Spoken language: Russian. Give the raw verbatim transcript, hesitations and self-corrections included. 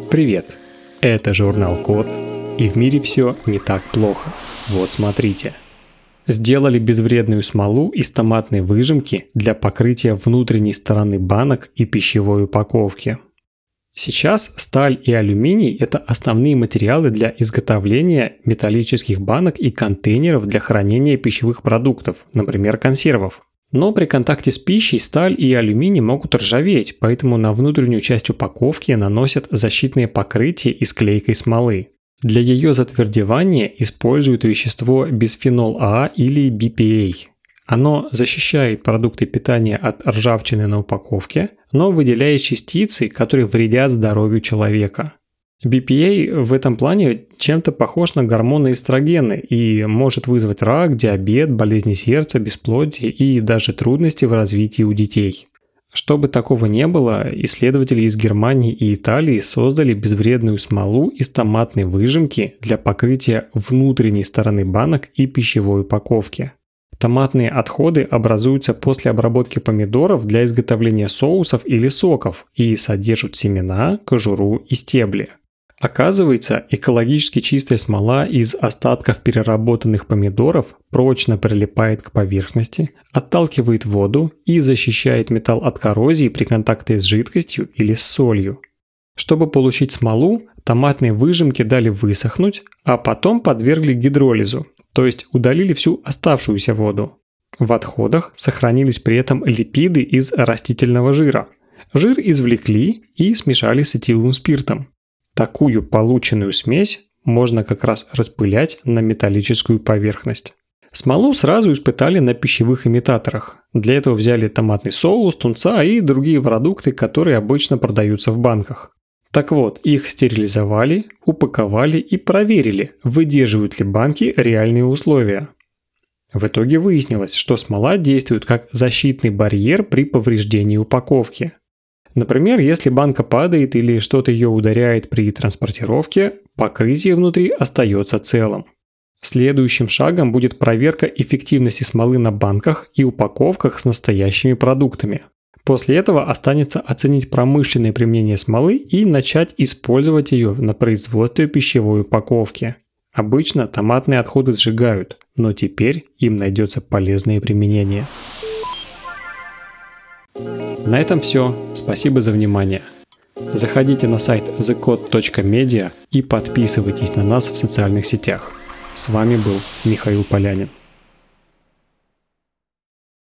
Привет! Это журнал Код, и в мире все не так плохо. Вот смотрите. Сделали безвредную смолу из томатной выжимки для покрытия внутренней стороны банок и пищевой упаковки. Сейчас сталь и алюминий – это основные материалы для изготовления металлических банок и контейнеров для хранения пищевых продуктов, например, консервов. Но при контакте с пищей сталь и алюминий могут ржаветь, поэтому на внутреннюю часть упаковки наносят защитное покрытие из клейкой смолы. Для ее затвердевания используют вещество бисфенол А или би пи эй. Оно защищает продукты питания от ржавчины на упаковке, но выделяет частицы, которые вредят здоровью человека. би пи эй в этом плане чем-то похож на гормоны эстрогены и может вызвать рак, диабет, болезни сердца, бесплодие и даже трудности в развитии у детей. Чтобы такого не было, исследователи из Германии и Италии создали безвредную смолу из томатной выжимки для покрытия внутренней стороны банок и пищевой упаковки. Томатные отходы образуются после обработки помидоров для изготовления соусов или соков и содержат семена, кожуру и стебли. Оказывается, экологически чистая смола из остатков переработанных помидоров прочно прилипает к поверхности, отталкивает воду и защищает металл от коррозии при контакте с жидкостью или с солью. Чтобы получить смолу, томатные выжимки дали высохнуть, а потом подвергли гидролизу, то есть удалили всю оставшуюся воду. В отходах сохранились при этом липиды из растительного жира. Жир извлекли и смешали с этиловым спиртом. Такую полученную смесь можно как раз распылять на металлическую поверхность. Смолу сразу испытали на пищевых имитаторах. Для этого взяли томатный соус, тунца и другие продукты, которые обычно продаются в банках. Так вот, их стерилизовали, упаковали и проверили, выдерживают ли банки реальные условия. В итоге выяснилось, что смола действует как защитный барьер при повреждении упаковки. Например, если банка падает или что-то ее ударяет при транспортировке, покрытие внутри остается целым. Следующим шагом будет проверка эффективности смолы на банках и упаковках с настоящими продуктами. После этого останется оценить промышленное применение смолы и начать использовать ее на производстве пищевой упаковки. Обычно томатные отходы сжигают, но теперь им найдется полезное применение. На этом все. Спасибо за внимание. Заходите на сайт the code точка media и подписывайтесь на нас в социальных сетях. С вами был Михаил Полянин.